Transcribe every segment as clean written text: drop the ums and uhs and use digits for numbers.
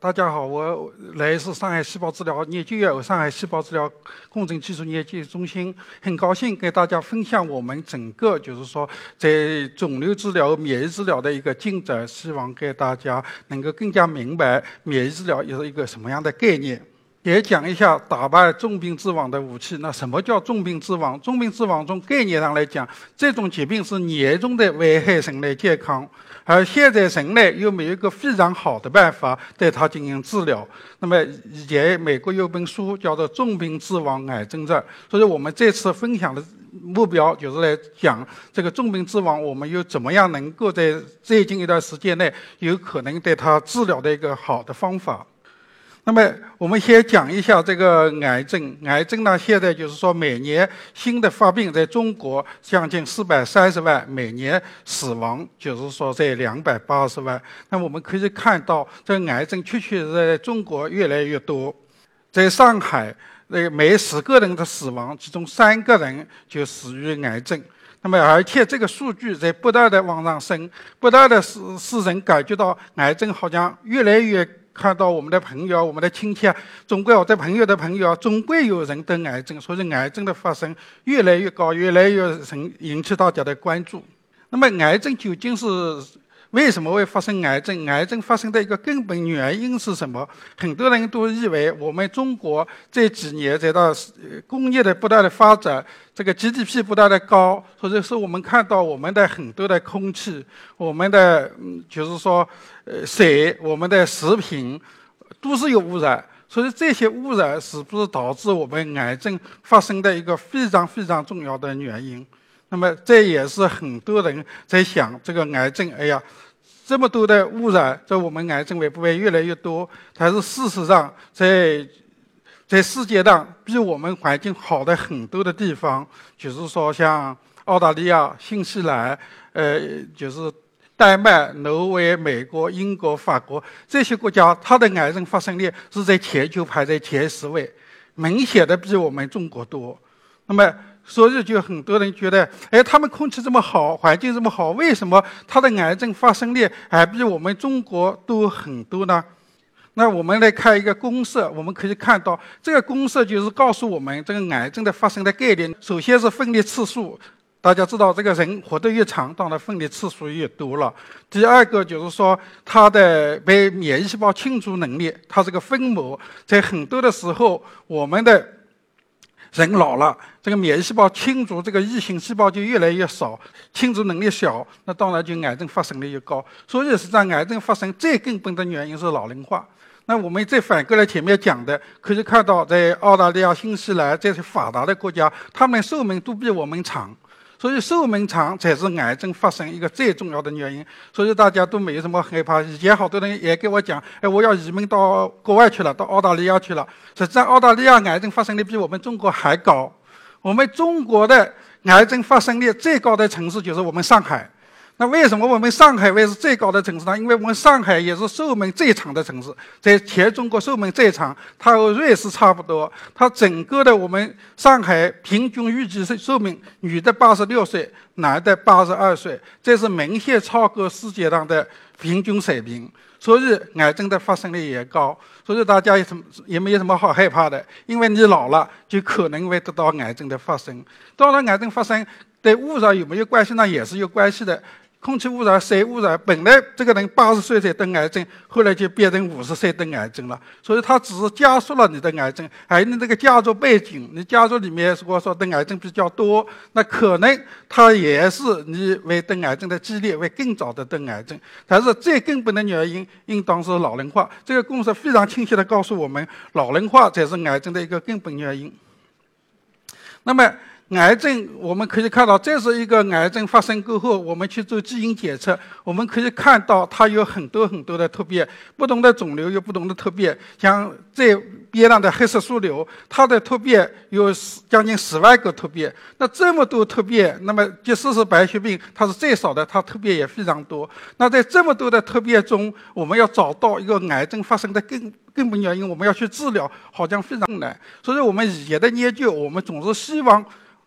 大家好，我来自上海细胞治疗研究院和上海细胞治疗工程技术研究中心，很高兴给大家分享我们整个就是说在肿瘤治疗和免疫治疗的一个进展，希望给大家能够更加明白免疫治疗又是一个什么样的概念。也讲一下打败重病之王的武器。那什么叫重病之王？重病之王从概念上来讲，这种疾病是严重的危害人类健康，而现在人类又没有一个非常好的办法对它进行治疗。那么以前美国有本书叫做《重病之王癌症战》，所以我们这次分享的目标就是来讲这个重病之王，我们又怎么样能够在最近一段时间内有可能对它治疗的一个好的方法。那么我们先讲一下这个癌症。癌症呢，现在就是说每年新的发病在中国将近430万，每年死亡就是说在280万。那么我们可以看到，这个癌症确实在中国越来越多。在上海，每10个人的死亡，其中3个人就死于癌症。那么，而且这个数据在不断的往上升，不断的使人感觉到癌症好像越来越。看到我们的朋友、我们的亲戚，总归我的朋友的朋友，总归有人得癌症，所以癌症的发生越来越高，越来越引起大家的关注。那么，癌症究竟是为什么会发生癌症？癌症发生的一个根本原因是什么？很多人都以为我们中国这几年在到工业的不断的发展，这个 GDP 不断的高，或者是我们看到我们的很多的空气，我们的就是说水，我们的食品都是有污染。所以这些污染是不是导致我们癌症发生的一个非常非常重要的原因？那么这也是很多人在想，这个癌症，哎呀，这么多的污染，这我们癌症会不会越来越多？但是事实上，在世界上比我们环境好的很多的地方，就是说像澳大利亚、新西兰，就是丹麦、挪威、美国、英国、法国这些国家，它的癌症发生率是在全球排在前10位，明显的比我们中国多。那么，所以就很多人觉得，哎，他们空气这么好，环境这么好，为什么他的癌症发生率还比我们中国多很多呢？那我们来看一个公式，我们可以看到，这个公式就是告诉我们这个癌症的发生的概率。首先是分裂次数，大家知道这个人活得越长，当然分裂次数越多了。第二个就是说，它的被免疫细胞清除能力，它这个分母，在很多的时候，我们的人老了，这个免疫细胞清除这个异型细胞就越来越少，清除能力小，那当然就癌症发生率越高。所以实际上癌症发生最根本的原因是老龄化。那我们再反过来前面讲的，可以看到在澳大利亚、新西兰这些发达的国家，他们寿命都比我们长。所以寿命长才是癌症发生一个最重要的原因，所以大家都没有什么害怕。以前好多人也跟我讲，哎，我要移民到国外去了，到澳大利亚去了。实际上，澳大利亚癌症发生率比我们中国还高。我们中国的癌症发生率最高的城市就是我们上海。那为什么我们上海会是最高的城市呢？因为我们上海也是寿命最长的城市，在全中国寿命最长，它和瑞士差不多。它整个的我们上海平均预计寿命，女的86岁，男的82岁，这是明显超过世界上的平均水平。所以癌症的发生率也高，所以大家也没有什么好害怕的，因为你老了就可能会得到癌症的发生。当然，癌症发生对污染有没有关系呢？也是有关系的。空气污染、水污染，本来这个人80岁才得癌症，后来就变成50岁得癌症了。所以它只是加速了你的癌症，还有你这个家族背景，你家族里面如果说得癌症比较多，那可能它也是你会得癌症的几率会更早的得癌症。但是最根本的原因应当是老龄化。这个公式非常清晰地告诉我们，老龄化才是癌症的一个根本原因。那么癌症我们可以看到，这是一个癌症发生过后，我们去做基因检测，我们可以看到它有很多很多的突变，不同的肿瘤有不同的突变。像这边上的黑色素瘤，它的突变有将近10万个突变。那这么多突变，那么即使是白血病，它是最少的，它突变也非常多。那在这么多的突变中，我们要找到一个癌症发生的根本原因，我们要去治疗，好像非常难。所以我们以前的研究，我们总是希望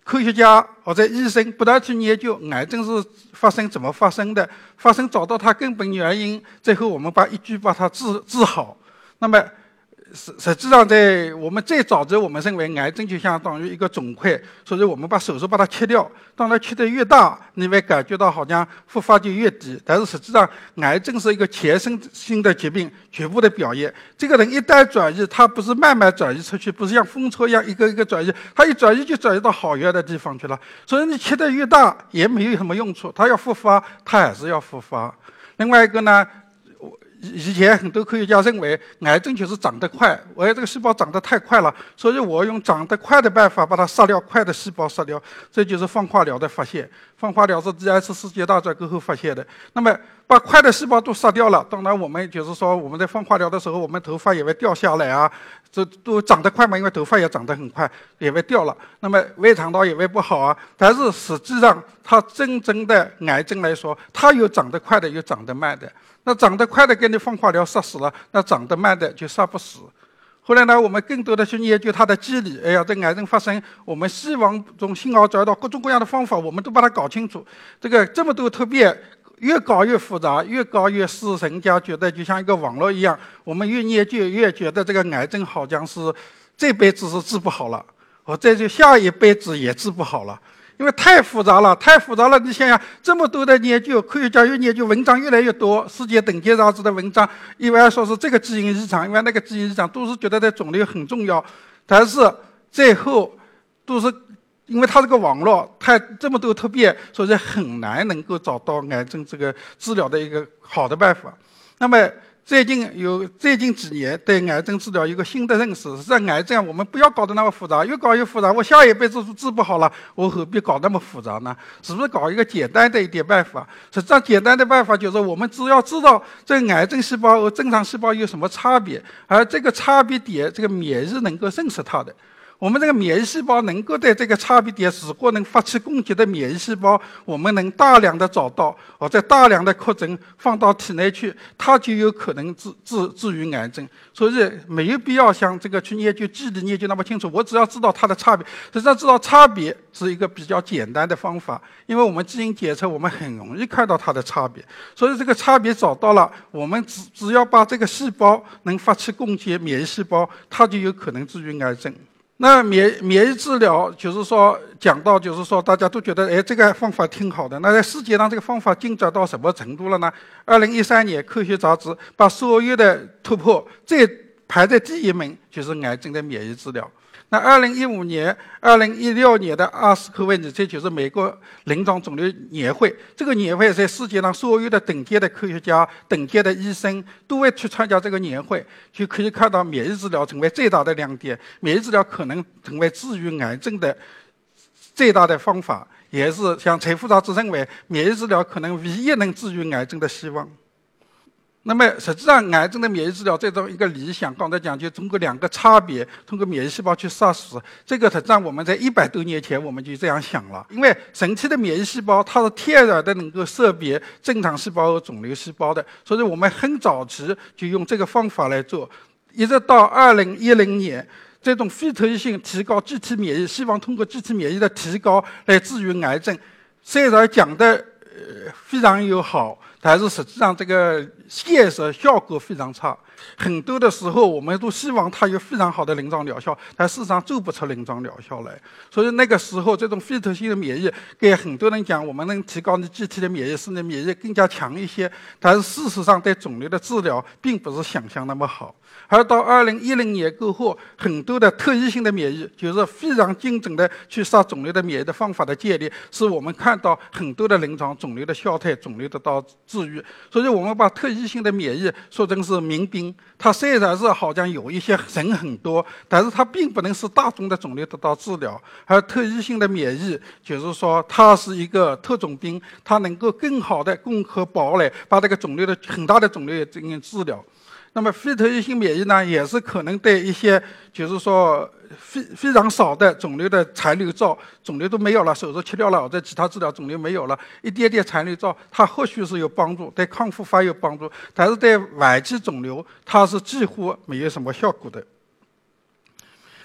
科学家或者医生不断去研究癌症是怎么发生的，找到它根本原因，最后我们一举把它治好。那么实际上，在我们最早我们认为癌症就相当于一个肿块，所以我们手术把它切掉。当它切得越大，你会感觉到好像复发就越低。但是实际上，癌症是一个全身性的疾病，局部的表现。这个人一旦转移，他不是慢慢转移出去，不是像风车一样一个一个转移，他一转移就转移到好远的地方去了。所以你切得越大也没有什么用处，它要复发，它还是要复发。另外一个呢？以前很多科学家认为癌症就是长得快，这个细胞长得太快了，所以我用长得快的办法把它杀掉快的细胞杀掉，这就是放化疗的发现。放化疗是第二次世界大战过后发现的。那么把快的细胞都杀掉了，当然我们就是说我们在放化疗的时候，我们头发也会掉下来啊，这都长得快嘛，因为头发也长得很快，也会掉了。那么胃肠道也会不好啊。但是实际上，它真正的癌症来说，它有长得快的，有长得慢的。那长得快的给你放化疗杀死了，那长得慢的就杀不死。后来呢，我们更多的去研究它的机理。这癌症发生，我们希望从信号找到各种各样的方法，我们都把它搞清楚。这么多突变，越搞越复杂，越搞越使人家觉得就像一个网络一样。我们越研究越觉得这个癌症好像是这辈子是治不好了，再就下一辈子也治不好了。因为太复杂了，你想想，这么多的研究，科学家越研究，文章越来越多，世界顶尖杂志的文章，一般说是这个基因异常，因为那个基因异常，都是觉得这肿瘤很重要，但是最后都是因为它这个网络这么多突变，所以很难能够找到癌症这个治疗的一个好的办法。那么最近几年对癌症治疗有一个新的认识，实际上癌症我们不要搞得那么复杂，越搞越复杂，我下一辈子治不好了，我何必搞那么复杂呢？是不是搞一个简单的一点办法？实际上简单的办法就是我们只要知道这个癌症细胞和正常细胞有什么差别，而这个差别点，这个免疫能够认识它的。我们这个免疫细胞能够在这个差别点，如果能发起攻击的免疫细胞，我们能大量的找到，再大量的扩增放到体内去，它就有可能治愈癌症。所以没有必要像这个去研究机理研究那么清楚，我只要知道它的差别。实际上知道差别是一个比较简单的方法，因为我们基因检测我们很容易看到它的差别，所以这个差别找到了，我们只要把这个细胞能发起攻击免疫细胞，它就有可能治愈癌症。那免疫治疗就是说讲到就是说大家都觉得这个方法挺好的，那在世界上这个方法进展到什么程度了呢？2013年科学杂志把所有的突破排在第一名就是癌症的免疫治疗。那2015年、2016年的阿斯科维尼，这就是美国临床肿瘤年会。这个年会在世界上所有的顶尖的科学家、顶尖的医生都会去参加这个年会，就可以看到免疫治疗成为最大的亮点。免疫治疗可能成为治愈癌症的最大的方法，也是像财富杂志认为，免疫治疗可能唯一能治愈癌症的希望。那么实际上癌症的免疫治疗这种一个理想，刚才讲就通过两个差别，通过免疫细胞去杀死，这个实际上我们在100多年前我们就这样想了。因为人体的免疫细胞它是天然的能够识别正常细胞和肿瘤细胞的，所以我们很早期就用这个方法来做，一直到2010年，这种非特异性提高机体免疫，希望通过机体免疫的提高来治愈癌症，虽然讲的非常友好，但是实际上这个现实效果非常差。很多的时候我们都希望它有非常好的临床疗效，但事实上做不出临床疗效来。所以那个时候这种非特性的免疫给很多人讲，我们能提高你机体的免疫，使你免疫更加强一些，但是事实上对肿瘤的治疗并不是想象那么好。而到2010年过后，很多的特异性的免疫，就是非常精准的去杀肿瘤的免疫的方法的建立，使我们看到很多的临床肿瘤的消退，肿瘤得到治愈。所以我们把特异性的免疫说成是民兵，它虽然是好像有一些人很多，但是它并不能使大众的肿瘤得到治疗。而特异性的免疫就是说它是一个特种兵，它能够更好的攻克堡垒，把这个肿瘤的很大的肿瘤也进行治疗。那么非特异性免疫呢，也是可能对一些就是说非常少的肿瘤的残留灶，肿瘤都没有了，手术切掉了，或者其他治疗肿瘤没有了，一点点残留灶，它或许是有帮助，对抗复发有帮助，但是对晚期肿瘤它是几乎没有什么效果的。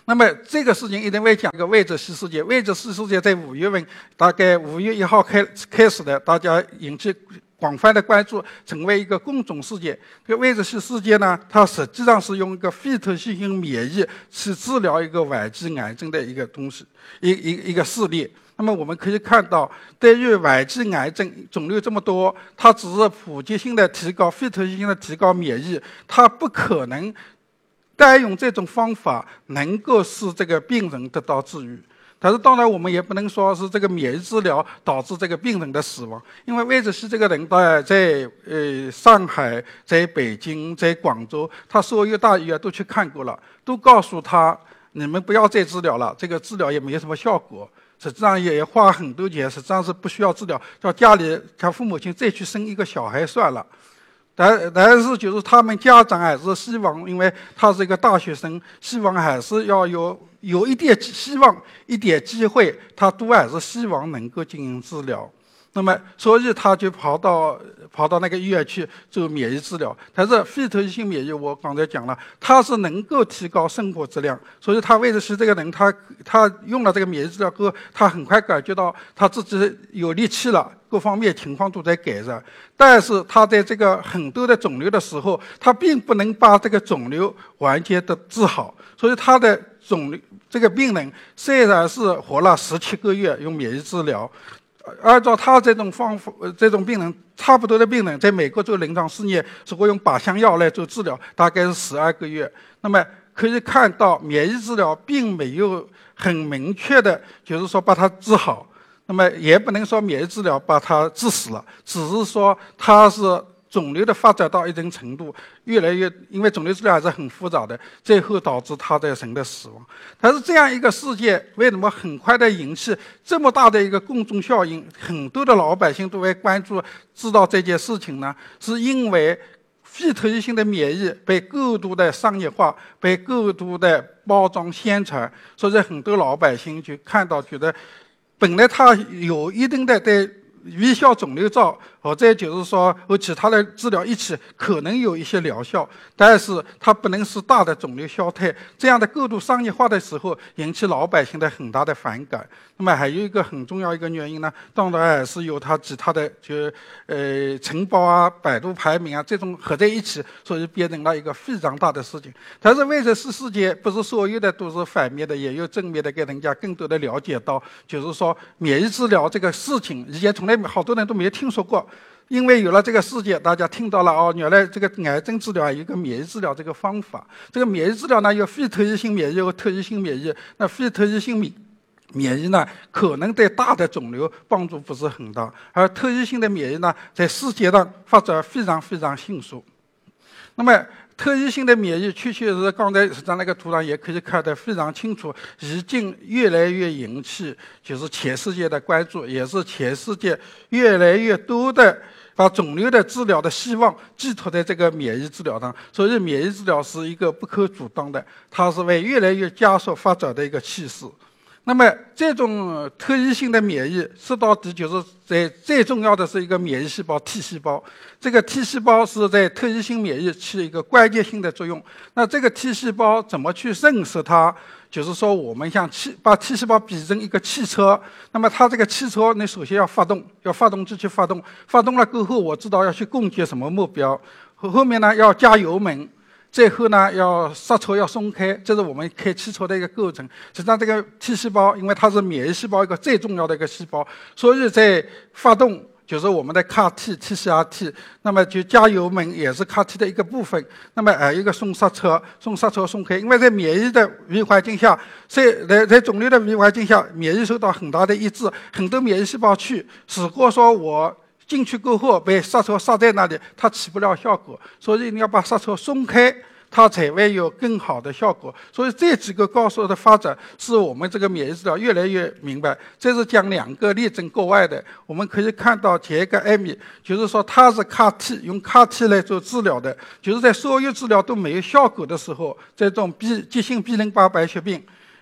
那么这个事情一定会讲一个魏则西事件。魏则西事件在5月份，大概5月1号开始的，大家引起广泛的关注，成为一个公众事件。这个魏则西事件呢，它实际上是用一个非特异性免疫去治疗一个晚期癌症的一个东西，一个事例。那么我们可以看到，对于晚期癌症肿瘤这么多，它只是普及性的提高、非特异性的提高免疫，它不可能单用这种方法能够使这个病人得到治愈。但是当然，我们也不能说是这个免疫治疗导致这个病人的死亡，因为魏则西这个人在上海、在北京、在广州，他所有大医院都去看过了，都告诉他你们不要再治疗了，这个治疗也没有什么效果，实际上也花很多钱，实际上是不需要治疗，叫家里他父母亲再去生一个小孩算了。但是就是他们家长还是希望，因为他是一个大学生，希望还是要有一点希望、一点机会，他都还是希望能够进行治疗。那么，所以他就跑到那个医院去做免疫治疗。但是非特异性免疫，我刚才讲了，它是能够提高生活质量。所以他魏则西这个人，他用了这个免疫治疗后，他很快感觉到他自己有力气了，各方面情况都在改善。但是他在这个很多的肿瘤的时候，他并不能把这个肿瘤完全的治好。所以他的这个病人虽然是活了17个月用免疫治疗。按照他这种方法，这种病人差不多的病人，在美国做临床试验，如果用靶向药来做治疗，大概是12个月。那么可以看到，免疫治疗并没有很明确的，就是说把它治好。那么也不能说免疫治疗把它治死了，只是说它是肿瘤的发展到一定程度，越来越，因为肿瘤治疗还是很复杂的，最后导致他的人的死亡。但是这样一个事件，为什么很快的引起这么大的一个公众效应？很多的老百姓都会关注，知道这件事情呢？是因为非特异性的免疫被过度的商业化，被过度的包装宣传，所以很多老百姓就看到觉得，本来他有一定的对微小肿瘤灶或者就是说和其他的治疗一起可能有一些疗效，但是它不能使大的肿瘤消退。这样的过度商业化的时候，引起老百姓的很大的反感。那么还有一个很重要一个原因呢，当然还是有它其他的晨报啊、百度排名啊这种合在一起，所以变成了一个非常大的事情。但是魏则西事件不是所有的都是反面的，也有正面的，给人家更多的了解到，就是说免疫治疗这个事情，以前从来好多人都没有听说过。因为有了这个事件，大家听到了哦，原来这个癌症治疗有一个免疫治疗这个方法。这个免疫治疗呢，有非特异性免疫和特异性免疫。那非特异性免疫呢，可能对大的肿瘤帮助不是很大，而特异性的免疫呢，在世界上发展非常非常迅速。那么特异性的免疫确确实实，刚才在那个图上也可以看得非常清楚，已经越来越引起就是全世界的关注，也是全世界越来越多的把肿瘤的治疗的希望寄托在这个免疫治疗上。所以免疫治疗是一个不可阻挡的，它是为越来越加速发展的一个趋势。那么这种特异性的免疫说到底就是在最重要的是一个免疫细胞 T 细胞，这个 T 细胞是在特异性免疫起一个关键性的作用。那这个 T 细胞怎么去认识它？就是说我们像把 T 细胞比成一个汽车，那么它这个汽车你首先要发动机去发动，发动了过后我知道要去攻击什么目标，后面呢要加油门，最后呢，要刹车要松开，这是我们开汽车的一个过程。实际上，这个 T 细胞，因为它是免疫细胞一个最重要的一个细胞，所以在发动就是我们的 CAR-T、TCR-T， 那么就加油门也是 CAR-T 的一个部分。那么还有一个松刹车松开，因为在免疫的微环境下，在肿瘤的微环境下，免疫受到很大的抑制，很多免疫细胞去，如果说我进去过后被刹车刹在那里，它起不了效果，所以你要把刹车松开，它才会有更好的效果。所以这几个高速的发展，是我们这个免疫治疗越来越明白。这是讲2个例证国外的，我们可以看到前一个艾米，就是说它是 CAR-T， 用 CAR-T 来做治疗的，就是在所有治疗都没有效果的时候，这种急性 B 淋巴白血病。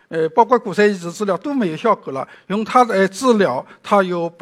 包括骨髓移植治疗都没有效果了，用它来治疗，它有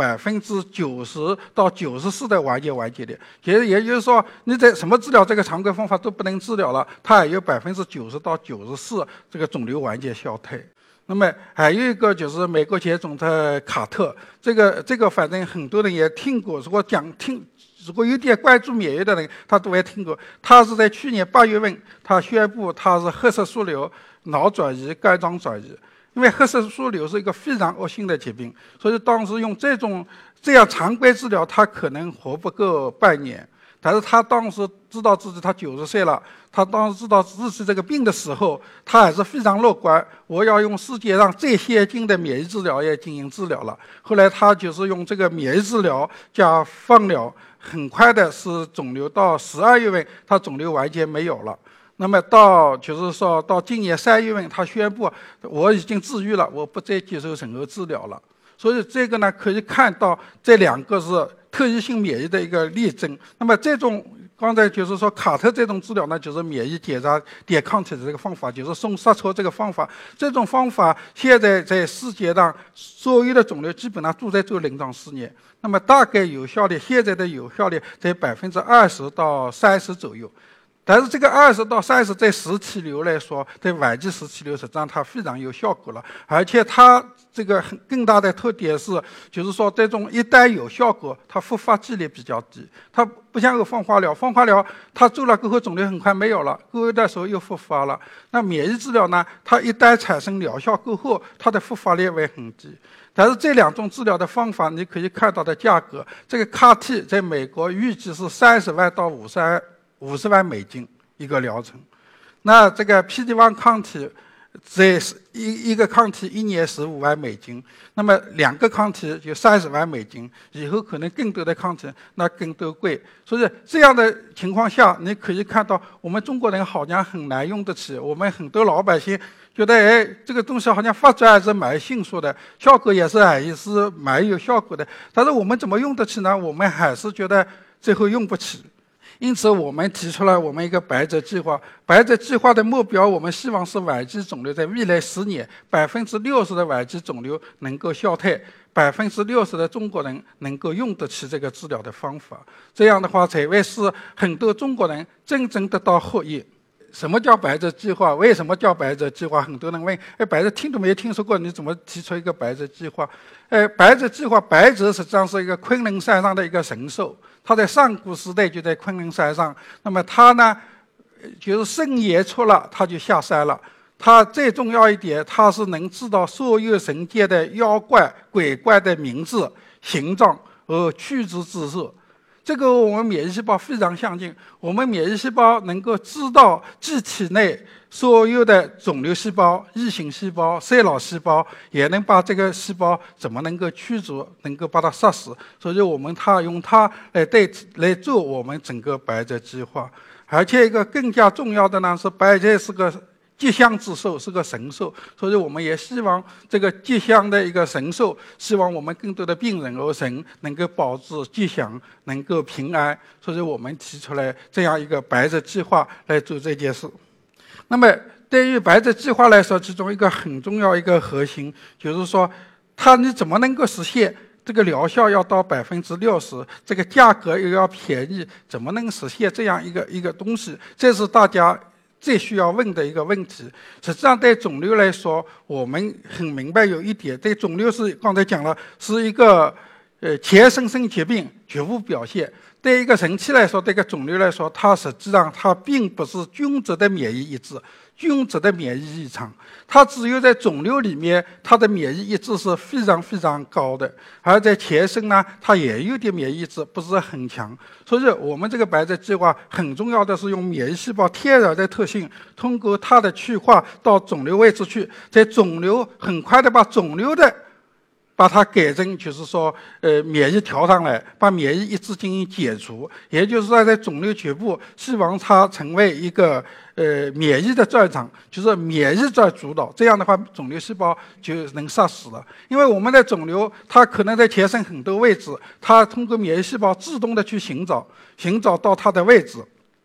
90%到94%的完结率。也就是说，你在什么治疗这个常规方法都不能治疗了，它也有90%到94%这个肿瘤完结消退。那么还有一个就是美国前总统卡特，这个反正很多人也听过，如果有点关注免疫的人，他都会听过。他是在去年8月份，他宣布他是黑色素瘤脑转移、肝脏转移。因为黑色素瘤是一个非常恶性的疾病，所以当时用这样常规治疗，他可能活不够半年。但是他当时知道自己他90岁了，他当时知道自己这个病的时候，他还是非常乐观。我要用世界上最先进的免疫治疗也进行治疗了。后来他就是用这个免疫治疗加放疗，很快的是肿瘤到12月份，他肿瘤完全没有了。那么到今年3月份，他宣布我已经治愈了，我不再接受任何治疗了。所以这个呢，可以看到这两个是特异性免疫的一个例证。那么这种刚才就是说卡特这种治疗呢，就是免疫检查点抗体的这个方法，就是送杀虫这个方法。这种方法现在在世界上所有的肿瘤基本上都在做临床试验。那么大概有效率，现在的有效率在20%到30%左右。但是这个20%到30%在实体瘤来说，在晚期实体瘤实际上它非常有效果了，而且它这个更大的特点是，就是说这种一旦有效果，它复发几率比较低。它不像放化疗，放化疗它做了过后肿瘤很快没有了，过后的时候又复发了。那免疫治疗呢，它一旦产生疗效过后，它的复发率会很低。但是这两种治疗的方法，你可以看到的价格，这个 CAR-T 在美国预计是30万到50万美金一个疗程。那这个 PD-1 抗体，这一个抗体1年15万美金，那么2个抗体就30万美金，以后可能更多的抗体那更多贵。所以这样的情况下，你可以看到我们中国人好像很难用得起，我们很多老百姓觉得这个东西好像发展还是蛮迅速的，效果也是蛮有效果的，但是我们怎么用得起呢？我们还是觉得最后用不起。因此，我们提出了我们一个白泽计划。白泽计划的目标，我们希望是晚期肿瘤在未来10年，60%的晚期肿瘤能够消退，60%的中国人能够用得起这个治疗的方法。这样的话，才会使很多中国人真正得到获益。什么叫白泽计划？为什么叫白泽计划？很多人问，白泽听都没有听说过，你怎么提出一个白泽计划？白泽计划，白泽实际上是一个昆仑山上的一个神兽，它在上古时代就在昆仑山上。那么它呢，就是圣爷出了，它就下山了。它最重要一点，它是能知道所有神界的妖怪、鬼怪的名字、形状和去之之日。这个我们免疫细胞非常相近，我们免疫细胞能够知道机体内所有的肿瘤细胞、异型细胞、衰老细胞，也能把这个细胞怎么能够驱逐，能够把它杀死。所以我们用它来做我们整个白泽计划。而且一个更加重要的呢，是白泽是个吉祥之兽，是个神兽，所以我们也希望这个吉祥的一个神兽，希望我们更多的病人和神能够保持吉祥，能够平安。所以我们提出来这样一个白泽计划来做这件事。那么对于白泽计划来说，其中一个很重要一个核心，就是说你怎么能够实现这个疗效要到60%，这个价格又要便宜，怎么能实现这样一个东西？这是大家最需要问的一个问题。实际上对肿瘤来说，我们很明白有一点，对肿瘤是刚才讲了，是一个全身性疾病，绝无表现。对一个人体来说，对一个肿瘤来说，它实际上它并不是均值的免疫抑制，均值的免疫异常，它只有在肿瘤里面，它的免疫抑制是非常非常高的，而在全身呢，它也有点免疫抑制，不是很强。所以我们这个白泽计划很重要的是用免疫细胞天然的特性，通过它的去化到肿瘤位置去，在肿瘤很快的把肿瘤的把它改成就是说免疫调上来，把免疫抑制进行解除，也就是说在肿瘤局部希望它成为一个免疫的战场，就是免疫在主导，这样的话肿瘤细胞就能杀死了。因为我们的肿瘤它可能在全身很多位置，它通过免疫细胞自动的去寻找到它的位置。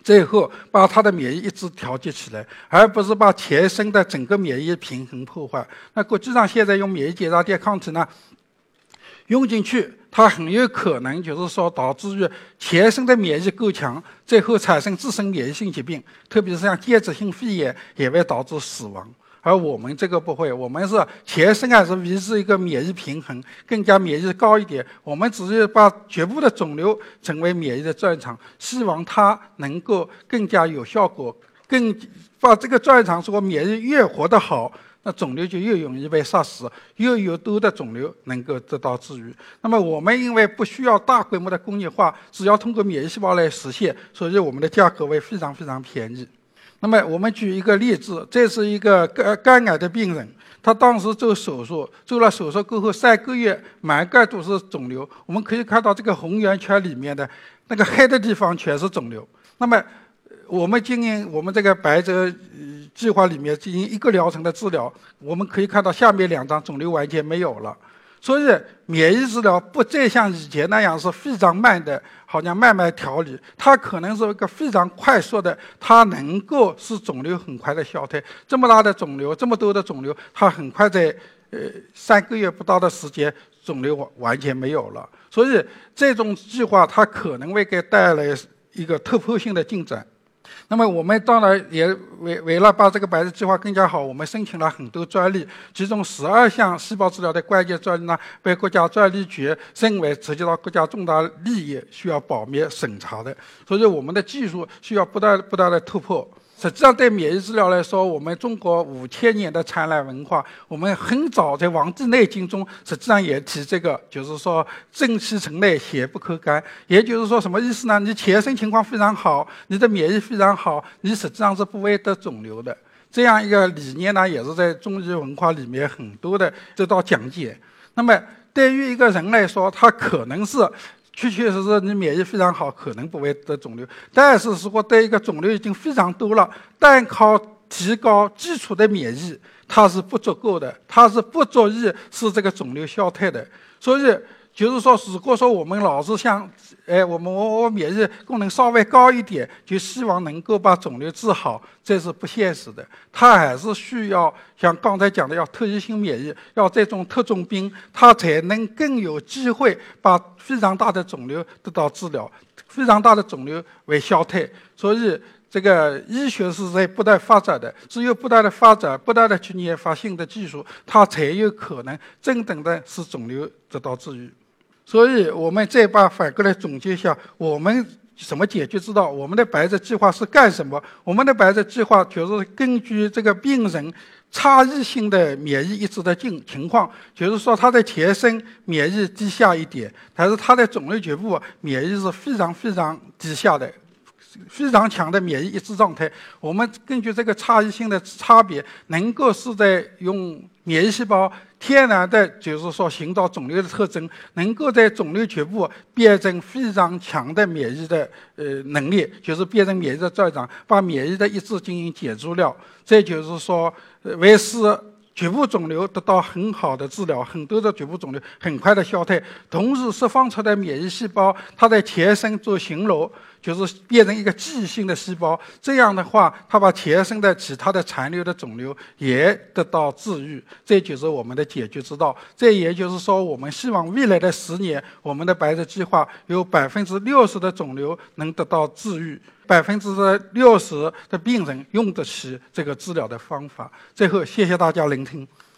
最后把他的免疫抑制调节起来，而不是把全身的整个免疫平衡破坏。那国际上现在用免疫检查点抗体呢，用进去，它很有可能就是说导致于全身的免疫够强，最后产生自身免疫性疾病，特别是像间质性肺炎也会导致死亡。而我们这个不会，我们是全身还是维持一个免疫平衡，更加免疫高一点。我们只是把局部的肿瘤成为免疫的战场，希望它能够更加有效果，把这个战场说免疫越活得好，那肿瘤就越容易被杀死，越有多的肿瘤能够得到治愈。那么我们因为不需要大规模的工业化，只要通过免疫细胞来实现，所以我们的价格会非常非常便宜。那么我们举一个例子，这是一个肝癌的病人，他当时做手术，做了手术过后3个月，满盖都是肿瘤。我们可以看到这个红圆圈里面的那个黑的地方全是肿瘤。那么我们这个白泽计划里面进行1个疗程的治疗，我们可以看到下面2张肿瘤完全没有了。所以免疫治疗不再像以前那样是非常慢的，好像慢慢调理，它可能是一个非常快速的，它能够使肿瘤很快的消退。这么大的肿瘤，这么多的肿瘤，它很快在3个月不到的时间，肿瘤完全没有了。所以这种计划它可能会给带来一个突破性的进展。那么我们当然也为了把这个白日计划更加好，我们申请了很多专利，其中12项细胞治疗的关键专利呢，被国家专利局认为涉及到国家重大利益，需要保密审查的。所以我们的技术需要不断的突破。实际上，对免疫治疗来说，我们中国5000年的灿烂文化，我们很早在《黄帝内经》中，实际上也提这个，就是说正气存内，邪不可干。也就是说，什么意思呢？你全身情况非常好，你的免疫非常好，你实际上是不会得肿瘤的。这样一个理念呢，也是在中医文化里面很多的得到讲解。那么，对于一个人来说，他可能是确实是你免疫非常好，可能不会得肿瘤。但是如果对一个肿瘤已经非常多了，单靠提高基础的免疫，它是不足够的，它是不足以使这个肿瘤消退的。所以就是说，如果说我们老是想，我免疫功能稍微高一点，就希望能够把肿瘤治好，这是不现实的。它还是需要像刚才讲的，要特异性免疫，要这种特种兵，它才能更有机会把非常大的肿瘤得到治疗，非常大的肿瘤为消退。所以这个医学是在不断发展的，只有不断的发展，不断的去研发新的技术，它才有可能真正的使肿瘤得到治愈。所以我们再反过来总结一下，我们什么解决之道？我们的白泽计划是干什么？我们的白泽计划就是根据这个病人差异性的免疫抑制的情况，就是说他的全身免疫低下一点，但是他的肿瘤局部免疫是非常非常低下的，非常强的免疫抑制状态。我们根据这个差异性的差别，能够是在用免疫细胞天然的，就是说寻找肿瘤的特征，能够在肿瘤局部变成非常强的免疫的能力，就是变成免疫的战场，把免疫的抑制进行减除了。这就是说，为使局部肿瘤得到很好的治疗，很多的局部肿瘤很快的消退，同时释放出的免疫细胞，它在全身做巡逻，就是变成一个记忆性的细胞。这样的话，它把全身的其他的残留的肿瘤也得到治愈，这就是我们的解决之道。这也就是说，我们希望未来的10年，我们的白泽计划有60%的肿瘤能得到治愈。60%的病人用得起这个治疗的方法。最后，谢谢大家聆听。